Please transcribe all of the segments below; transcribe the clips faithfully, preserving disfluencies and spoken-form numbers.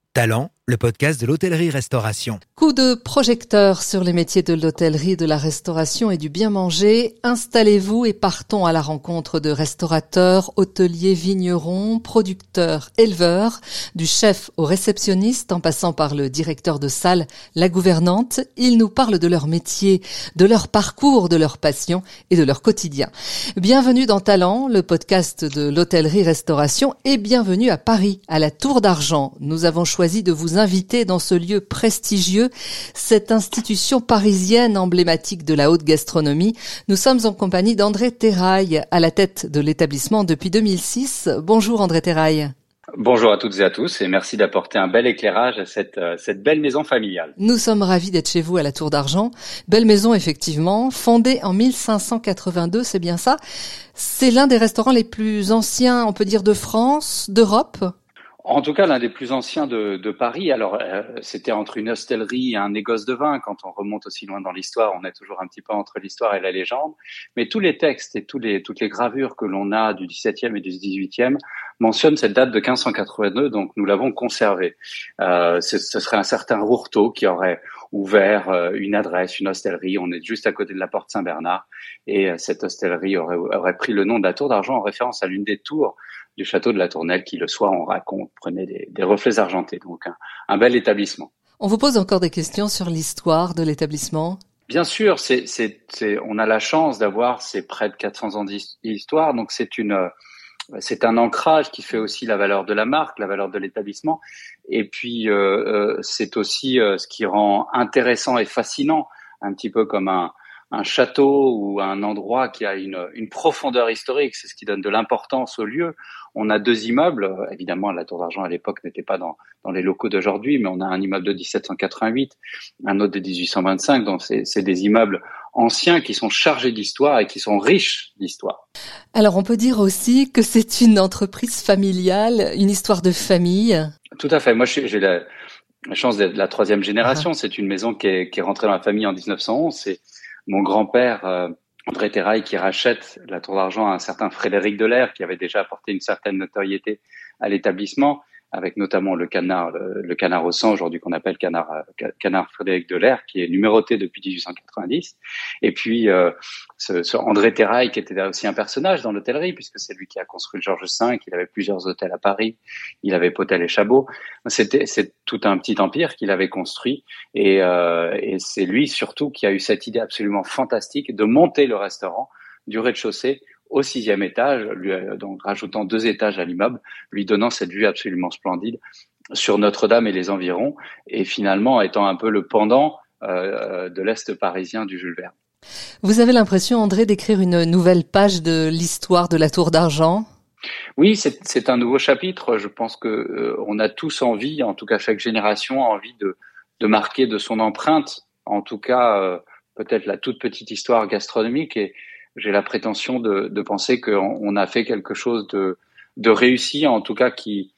Talent, le podcast de l'hôtellerie-restauration. Coup de projecteur sur les métiers de l'hôtellerie, de la restauration et du bien manger. Installez-vous et partons à la rencontre de restaurateurs, hôteliers, vignerons, producteurs, éleveurs, du chef au réceptionniste en passant par le directeur de salle, la gouvernante. Ils nous parlent de leur métier, de leur parcours, de leur passion et de leur quotidien. Bienvenue dans Talent, le podcast de l'hôtellerie-restauration et bienvenue à Paris, à la Tour d'Argent. Nous avons choisi choisi de vous inviter dans ce lieu prestigieux, cette institution parisienne emblématique de la haute gastronomie. Nous sommes en compagnie d'André Terrail, à la tête de l'établissement depuis deux mille six. Bonjour André Terrail. Bonjour à toutes et à tous et merci d'apporter un bel éclairage à cette, euh, cette belle maison familiale. Nous sommes ravis d'être chez vous à la Tour d'Argent. Belle maison effectivement, fondée en mille cinq cent quatre-vingt-deux, c'est bien ça. C'est l'un des restaurants les plus anciens, on peut dire, de France, d'Europe. En tout cas, l'un des plus anciens de, de Paris. Alors, euh, c'était entre une hostellerie et un négoce de vin. Quand on remonte aussi loin dans l'histoire, on est toujours un petit peu entre l'histoire et la légende. Mais tous les textes et tous les, toutes les gravures que l'on a du dix-septième et du dix-huitième mentionnent cette date de quinze cent quatre-vingt-deux, donc nous l'avons conservée. Euh, ce, ce serait un certain Rourteau qui aurait ouvert euh, une adresse, une hostellerie. On est juste à côté de la porte Saint-Bernard. Et euh, cette hostellerie aurait, aurait pris le nom de la Tour d'Argent en référence à l'une des tours du château de la Tournelle qui, le soir, on raconte, prenait des, des reflets argentés. Donc, un, un bel établissement. On vous pose encore des questions sur l'histoire de l'établissement? Bien sûr, c'est, c'est, c'est, on a la chance d'avoir ces près de quatre cents ans d'histoire. Donc, c'est une, c'est un ancrage qui fait aussi la valeur de la marque, la valeur de l'établissement. Et puis, euh, euh, c'est aussi euh, ce qui rend intéressant et fascinant, un petit peu comme un, un château ou un endroit qui a une, une profondeur historique. C'est ce qui donne de l'importance au lieu. On a deux immeubles. Évidemment, la Tour d'Argent à l'époque n'était pas dans, dans les locaux d'aujourd'hui, mais on a un immeuble de dix-sept cent quatre-vingt-huit, un autre de dix-huit cent vingt-cinq. Donc, c'est, c'est des immeubles anciens qui sont chargés d'histoire et qui sont riches d'histoire. Alors, on peut dire aussi que c'est une entreprise familiale, une histoire de famille. Tout à fait. Moi, j'ai la, la chance d'être la troisième génération. Ah. C'est une maison qui est, qui est rentrée dans la famille en dix-neuf cent onze. C'est mon grand-père, euh, André Terrail, qui rachète la Tour d'Argent à un certain Frédéric Delair, qui avait déjà apporté une certaine notoriété à l'établissement, avec notamment le canard, le, le canard au sang, aujourd'hui qu'on appelle canard, canard Frédéric Delair, qui est numéroté depuis dix-huit cent quatre-vingt-dix. Et puis, euh, ce, ce André Terrail, qui était aussi un personnage dans l'hôtellerie, puisque c'est lui qui a construit le Georges cinq, il avait plusieurs hôtels à Paris, il avait Potel et Chabot. C'était, c'est tout un petit empire qu'il avait construit. Et, euh, et c'est lui surtout qui a eu cette idée absolument fantastique de monter le restaurant du rez-de-chaussée au sixième étage, lui, donc rajoutant deux étages à l'immeuble, lui donnant cette vue absolument splendide sur Notre-Dame et les environs, et finalement étant un peu le pendant euh, de l'Est parisien du Jules Verne. Vous avez l'impression, André, d'écrire une nouvelle page de l'histoire de la Tour d'Argent ? Oui, c'est, c'est un nouveau chapitre. Je pense que euh, on a tous envie, en tout cas chaque génération a envie de, de marquer de son empreinte, en tout cas euh, peut-être la toute petite histoire gastronomique, et j'ai la prétention de, de penser qu'on on a fait quelque chose de, de réussi, en tout cas qui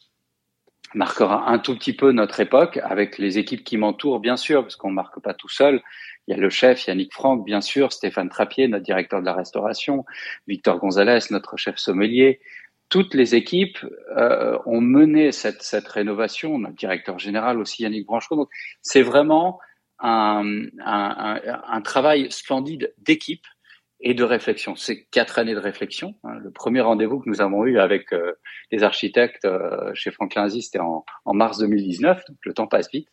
marquera un tout petit peu notre époque, avec les équipes qui m'entourent, bien sûr, parce qu'on ne marque pas tout seul. Il y a le chef, Yannick Franck, bien sûr, Stéphane Trappier, notre directeur de la restauration, Victor Gonzalez, notre chef sommelier. Toutes les équipes euh, ont mené cette, cette rénovation, notre directeur général aussi, Yannick Branchot. Donc, c'est vraiment un, un, un, un travail splendide d'équipe et de réflexion. C'est quatre années de réflexion. Le premier rendez-vous que nous avons eu avec euh, les architectes euh, chez Franklin Aziz, c'était en, en mars deux mille dix-neuf. Donc le temps passe vite.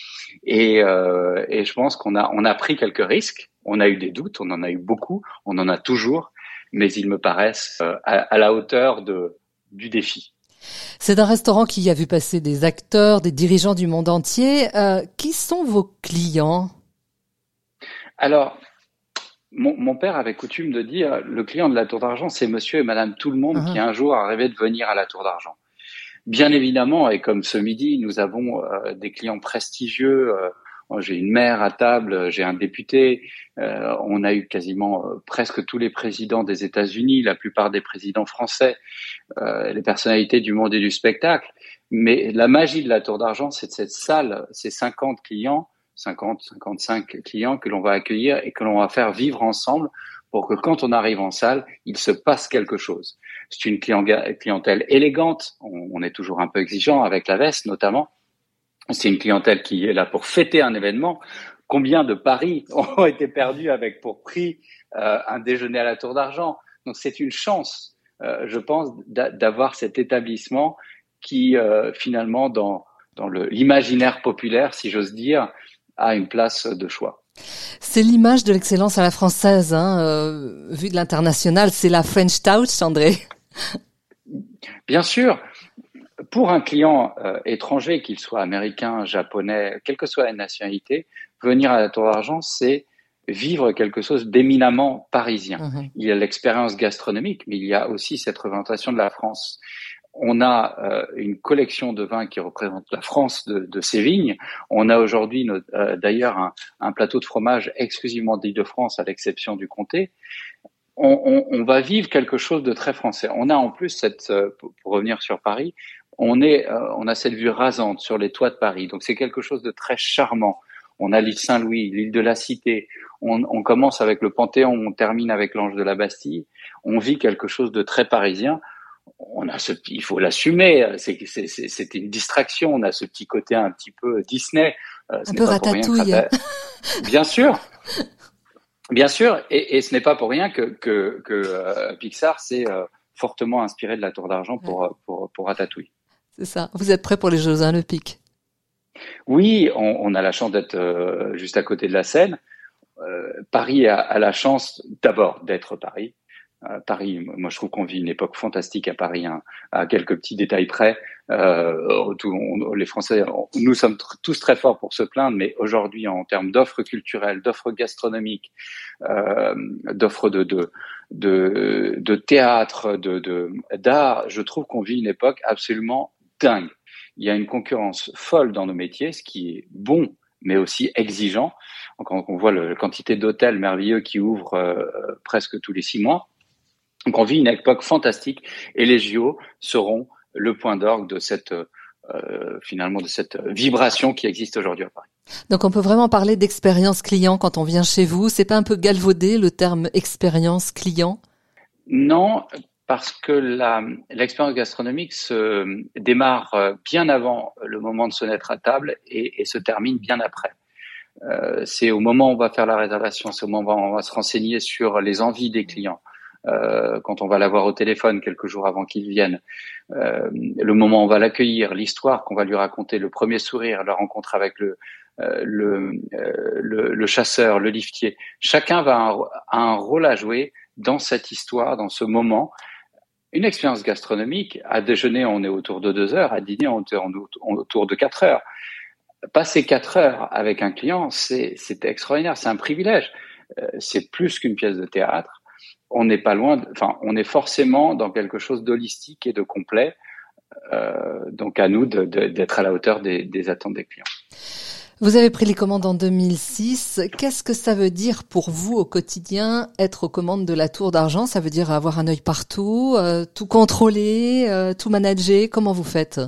Et, euh, et je pense qu'on a, on a pris quelques risques. On a eu des doutes, on en a eu beaucoup, on en a toujours, mais ils me paraissent euh, à, à la hauteur de, du défi. C'est un restaurant qui a vu passer des acteurs, des dirigeants du monde entier. Euh, qui sont vos clients ? Alors, Mon, mon père avait coutume de dire le client de la Tour d'Argent, c'est monsieur et madame tout le monde uh-huh. qui un jour a rêvé de venir à la Tour d'Argent. Bien évidemment, et comme ce midi, nous avons euh, des clients prestigieux. Euh, j'ai une maire à table, j'ai un député. Euh, on a eu quasiment euh, presque tous les présidents des États-Unis, la plupart des présidents français, euh, les personnalités du monde et du spectacle. Mais la magie de la Tour d'Argent, c'est de cette salle, ces cinquante clients, cinquante, cinquante-cinq clients que l'on va accueillir et que l'on va faire vivre ensemble pour que quand on arrive en salle, il se passe quelque chose. C'est une clientèle élégante, on est toujours un peu exigeant avec la veste notamment, c'est une clientèle qui est là pour fêter un événement. Combien de paris ont été perdus avec pour prix euh, un déjeuner à la Tour d'Argent? Donc c'est une chance, euh, je pense, d'a- d'avoir cet établissement qui euh, finalement dans dans le, l'imaginaire populaire, si j'ose dire, a une place de choix. C'est l'image de l'excellence à la française, hein, euh, vue de l'international, c'est la French Touch, André. Bien sûr, pour un client euh, étranger, qu'il soit américain, japonais, quelle que soit la nationalité, venir à la Tour d'Argent, c'est vivre quelque chose d'éminemment parisien. Mmh. Il y a l'expérience gastronomique, mais il y a aussi cette représentation de la France. On a euh, une collection de vins qui représente la France de, de ses vignes. On a aujourd'hui notre, euh, d'ailleurs un, un plateau de fromage exclusivement d'Île-de-France, à l'exception du comté. On, on, on va vivre quelque chose de très français. On a en plus cette, euh, pour, pour revenir sur Paris, on est, euh, on a cette vue rasante sur les toits de Paris. Donc c'est quelque chose de très charmant. On a l'île Saint-Louis, l'île de la Cité. On, on commence avec le Panthéon, on termine avec l'Ange de la Bastille. On vit quelque chose de très parisien. On a ce, il faut l'assumer. C'est, c'est, c'est, c'est une distraction. On a ce petit côté un petit peu Disney. Euh, ce un peu ratatouille. Bien sûr, bien sûr. Et, et ce n'est pas pour rien que que, que euh, Pixar s'est euh, fortement inspiré de la Tour d'Argent pour ouais. pour pour Ratatouille. C'est ça. Vous êtes prêts pour les Jeux Olympiques? Oui, on, on a la chance d'être euh, juste à côté de la Seine. Euh, Paris a, a la chance d'abord d'être Paris. Euh, Paris, moi je trouve qu'on vit une époque fantastique à Paris, hein, à quelques petits détails près. Euh, tout, on, les Français, on, nous sommes tr- tous très forts pour se plaindre, mais aujourd'hui en termes d'offres culturelles, d'offres gastronomiques, euh, d'offres de, de, de, de théâtre, de, de, d'art, je trouve qu'on vit une époque absolument dingue. Il y a une concurrence folle dans nos métiers, ce qui est bon, mais aussi exigeant. Quand on voit la quantité d'hôtels merveilleux qui ouvrent euh, presque tous les six mois. Donc on vit une époque fantastique et les J O seront le point d'orgue de cette euh, finalement de cette vibration qui existe aujourd'hui à Paris. Donc on peut vraiment parler d'expérience client quand on vient chez vous. C'est pas un peu galvaudé le terme expérience client? Non, parce que la, l'expérience gastronomique se démarre bien avant le moment de se mettre à table et, et se termine bien après. Euh, c'est au moment où on va faire la réservation, c'est au moment où on va se renseigner sur les envies des clients. Euh, quand on va l'avoir au téléphone quelques jours avant qu'il vienne, euh, le moment où on va l'accueillir, l'histoire qu'on va lui raconter, le premier sourire, la rencontre avec le euh, le, euh, le le chasseur, le liftier. Chacun va a un, un rôle à jouer dans cette histoire, dans ce moment. Une expérience gastronomique, à déjeuner on est autour de deux heures, à dîner on est autour de quatre heures. Passer quatre heures avec un client, c'est c'est extraordinaire, c'est un privilège. Euh, c'est plus qu'une pièce de théâtre. On n'est pas loin, de, enfin, on est forcément dans quelque chose d'holistique et de complet. Euh, donc, à nous de, de, d'être à la hauteur des, des attentes des clients. Vous avez pris les commandes en deux mille six. Qu'est-ce que ça veut dire pour vous au quotidien, être aux commandes de la Tour d'Argent? Ça veut dire avoir un œil partout, euh, tout contrôler, euh, tout manager. Comment vous faites?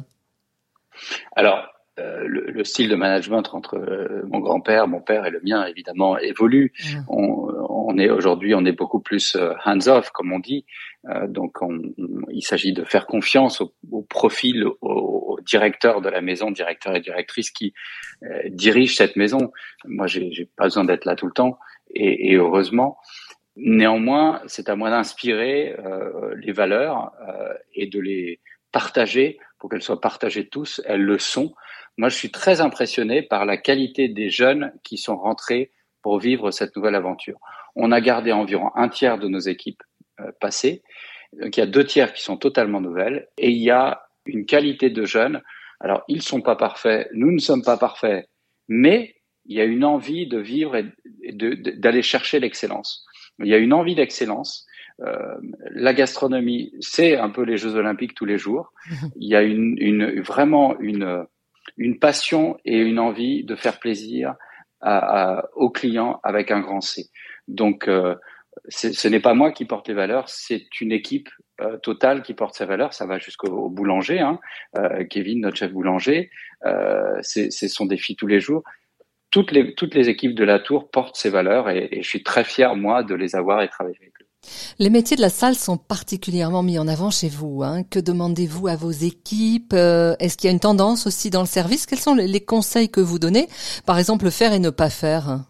Alors, Euh, le, le style de management entre euh, mon grand-père, mon père et le mien évidemment évolue. Mmh. On, on est aujourd'hui, on est beaucoup plus euh, hands-off comme on dit. Euh, donc, on, on, il s'agit de faire confiance au, au profil, au, au directeur de la maison, directeur et directrice qui euh, dirige cette maison. Moi, j'ai, j'ai pas besoin d'être là tout le temps et, et heureusement. Néanmoins, c'est à moi d'inspirer euh, les valeurs euh, et de les partager pour qu'elles soient partagées de tous. Elles le sont. Moi, je suis très impressionné par la qualité des jeunes qui sont rentrés pour vivre cette nouvelle aventure. On a gardé environ un tiers de nos équipes euh, passées. Donc, il y a deux tiers qui sont totalement nouvelles. Et il y a une qualité de jeunes. Alors, ils ne sont pas parfaits. Nous ne sommes pas parfaits. Mais il y a une envie de vivre et de, de, d'aller chercher l'excellence. Il y a une envie d'excellence. Euh, la gastronomie, c'est un peu les Jeux Olympiques tous les jours. Il y a une, une, vraiment une, une passion et une envie de faire plaisir à, à, aux clients avec un grand C. Donc, euh, c'est, ce n'est pas moi qui porte les valeurs, c'est une équipe euh, totale qui porte ces valeurs. Ça va jusqu'au boulanger, hein. euh, Kevin, notre chef boulanger, euh, c'est, c'est son défi tous les jours. Toutes les, toutes les équipes de la Tour portent ces valeurs et, et je suis très fier, moi, de les avoir et travailler avec eux. Les métiers de la salle sont particulièrement mis en avant chez vous. Hein. Que demandez-vous à vos équipes? euh, Est-ce qu'il y a une tendance aussi dans le service? Quels sont les conseils que vous donnez? Par exemple, faire et ne pas faire.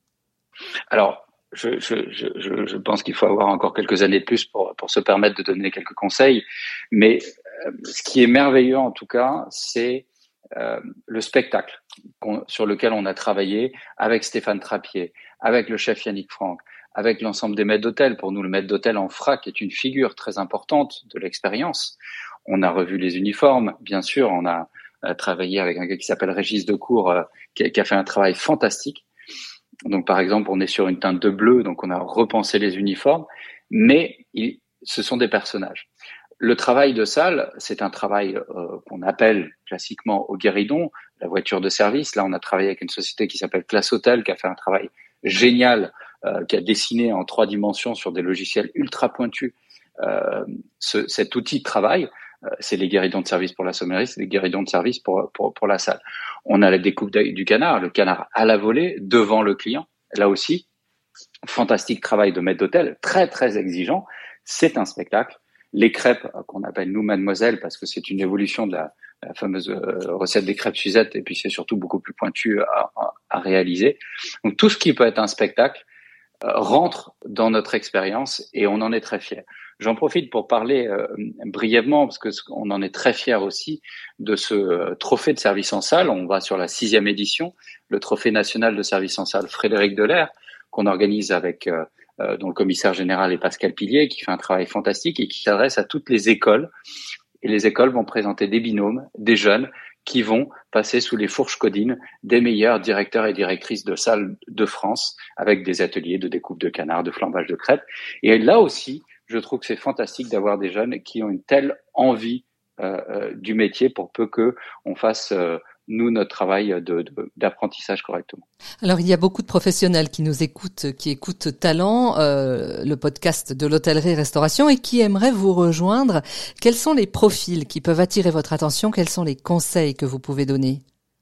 Alors, je, je, je, je pense qu'il faut avoir encore quelques années de plus pour, pour se permettre de donner quelques conseils. Mais euh, ce qui est merveilleux en tout cas, c'est euh, le spectacle sur lequel on a travaillé avec Stéphane Trappier, avec le chef Yannick Franck, avec l'ensemble des maîtres d'hôtel. Pour nous, le maître d'hôtel en frac est une figure très importante de l'expérience. On a revu les uniformes, bien sûr. On a euh, travaillé avec un gars qui s'appelle Régis Decour, euh, qui, qui a fait un travail fantastique. Donc, par exemple, on est sur une teinte de bleu, donc on a repensé les uniformes, mais il, ce sont des personnages. Le travail de salle, c'est un travail euh, qu'on appelle classiquement au guéridon, la voiture de service. Là, on a travaillé avec une société qui s'appelle Classe Hôtel, qui a fait un travail génial, euh, qui a dessiné en trois dimensions sur des logiciels ultra pointus euh, ce, cet outil de travail. Euh, c'est les guéridons de service pour la sommellerie, c'est les guéridons de service pour, pour, pour la salle. On a la découpe du canard, le canard à la volée, devant le client. Là aussi, fantastique travail de maître d'hôtel, très très exigeant. C'est un spectacle. Les crêpes, qu'on appelle nous mademoiselle, parce que c'est une évolution de la, la fameuse euh, recette des crêpes Suzette, et puis c'est surtout beaucoup plus pointu à, à, à réaliser. Donc tout ce qui peut être un spectacle euh, rentre dans notre expérience et on en est très fiers. J'en profite pour parler euh, brièvement, parce que on en est très fiers aussi, de ce euh, trophée de service en salle. On va sur la sixième édition, le trophée national de service en salle Frédéric Delair, qu'on organise avec euh, euh, dont le commissaire général est Pascal Pilier, qui fait un travail fantastique et qui s'adresse à toutes les écoles. Et les écoles vont présenter des binômes, des jeunes, qui vont passer sous les fourches codines des meilleurs directeurs et directrices de salles de France, avec des ateliers de découpe de canard, de flambage de crêpes. Et là aussi, je trouve que c'est fantastique d'avoir des jeunes qui ont une telle envie euh, euh, du métier pour peu que on fasse euh, nous notre travail de, de, d'apprentissage correctement. Alors il y a beaucoup de professionnels qui nous écoutent, qui écoutent Talent, euh, le podcast de l'hôtellerie-restauration, et qui aimeraient vous rejoindre. Quels sont les profils qui peuvent attirer votre attention? Quels sont les conseils que vous pouvez donner?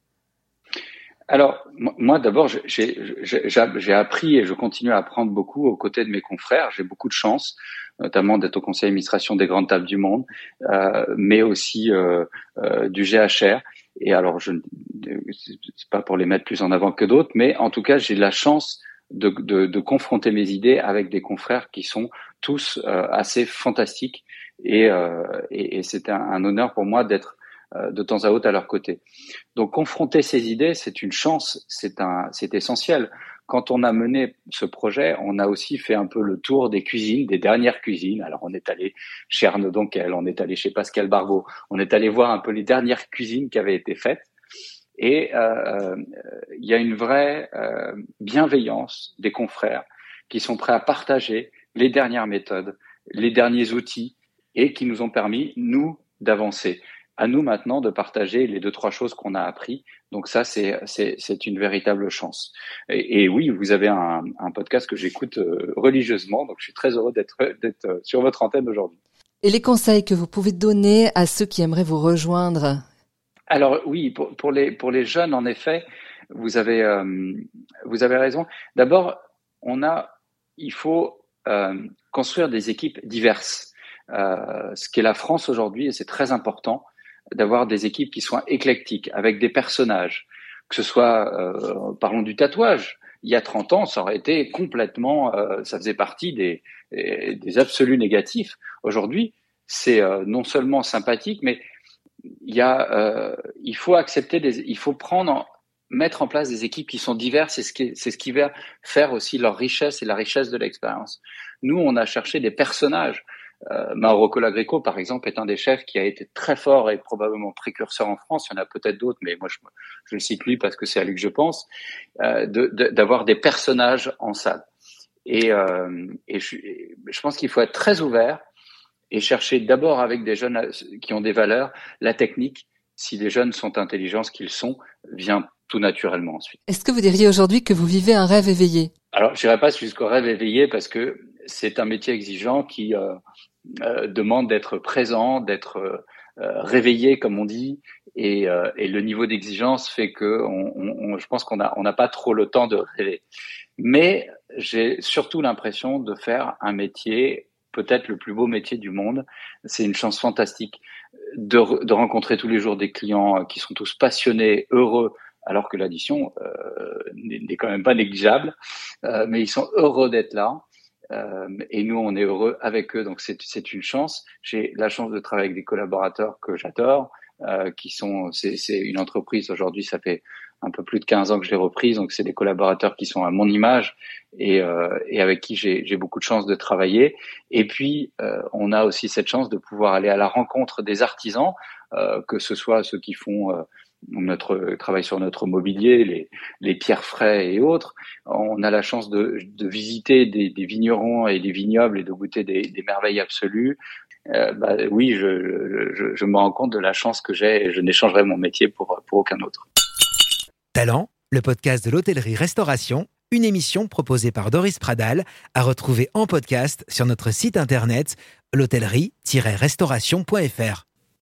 Alors, moi, d'abord, j'ai, j'ai, j'ai appris et je continue à apprendre beaucoup aux côtés de mes confrères. J'ai beaucoup de chance, notamment d'être au conseil d'administration des grandes tables du monde, euh, mais aussi euh, euh, du G H R. Et alors, je c'est pas pour les mettre plus en avant que d'autres, mais en tout cas, j'ai la chance de, de, de confronter mes idées avec des confrères qui sont tous euh, assez fantastiques. Et, euh, et, et c'est un, un honneur pour moi d'être de temps à autre à leur côté. Donc confronter ces idées, c'est une chance, c'est un, c'est essentiel. Quand on a mené ce projet, on a aussi fait un peu le tour des cuisines, des dernières cuisines. Alors on est allé chez Arnaud Donquel, on est allé chez Pascal Barbeau, on est allé voir un peu les dernières cuisines qui avaient été faites. Et il euh, y a une vraie euh, bienveillance des confrères qui sont prêts à partager les dernières méthodes, les derniers outils et qui nous ont permis, nous, d'avancer. À nous maintenant de partager les deux, trois choses qu'on a appris. Donc ça, c'est, c'est, c'est une véritable chance. Et, et oui, vous avez un, un podcast que j'écoute euh, religieusement, donc je suis très heureux d'être, d'être euh, sur votre antenne aujourd'hui. Et les conseils que vous pouvez donner à ceux qui aimeraient vous rejoindre? Alors oui, pour, pour les pour les jeunes, en effet, vous avez euh, vous avez raison. D'abord, on a, il faut euh, construire des équipes diverses. Euh, ce qu'est la France aujourd'hui, et c'est très important, d'avoir des équipes qui soient éclectiques, avec des personnages, que ce soit, euh, parlons du tatouage. Il y a trente ans, ça aurait été complètement, euh, ça faisait partie des, des absolus négatifs. Aujourd'hui, c'est euh, non seulement sympathique, mais il y a, euh, il faut accepter, des, il faut prendre, mettre en place des équipes qui sont diverses. C'est ce qui, c'est ce qui va faire aussi leur richesse et la richesse de l'expérience. Nous, on a cherché des personnages. Euh, Mauro Colagrico, par exemple, est un des chefs qui a été très fort et probablement précurseur en France. Il y en a peut-être d'autres, mais moi, je, je le cite lui parce que c'est à lui que je pense, euh, de, de, d'avoir des personnages en salle. Et, euh, et je, je pense qu'il faut être très ouvert et chercher d'abord avec des jeunes qui ont des valeurs, la technique. Si les jeunes sont intelligents, ce qu'ils sont, vient tout naturellement ensuite. Est-ce que vous diriez aujourd'hui que vous vivez un rêve éveillé? Alors, je n'irai pas jusqu'au rêve éveillé parce que c'est un métier exigeant qui euh, euh, demande d'être présent, d'être euh, réveillés, comme on dit, et, euh, et le niveau d'exigence fait que on, on, je pense qu'on a, on n'a pas trop le temps de rêver. Mais j'ai surtout l'impression de faire un métier, peut-être le plus beau métier du monde. C'est une chance fantastique de, de rencontrer tous les jours des clients qui sont tous passionnés, heureux, alors que l'addition euh, n'est quand même pas négligeable, euh, mais ils sont heureux d'être là. Euh, et nous, on est heureux avec eux, donc c'est, c'est une chance. J'ai la chance de travailler avec des collaborateurs que j'adore, euh, qui sont, c'est, c'est une entreprise aujourd'hui, ça fait un peu plus de quinze ans que je l'ai reprise, donc c'est des collaborateurs qui sont à mon image et, euh, et avec qui j'ai, j'ai beaucoup de chance de travailler. Et puis, euh, on a aussi cette chance de pouvoir aller à la rencontre des artisans, euh, que ce soit ceux qui font euh, notre travail sur notre mobilier, les, les pierres frais et autres. On a la chance de, de visiter des, des vignerons et des vignobles et de goûter des, des merveilles absolues. Euh, bah, oui, je, je, je me rends compte de la chance que j'ai et je n'échangerai mon métier pour, pour aucun autre. Talent, le podcast de l'hôtellerie-restauration, une émission proposée par Doris Pradal, à retrouver en podcast sur notre site internet l'hôtellerie tiret restauration point f r.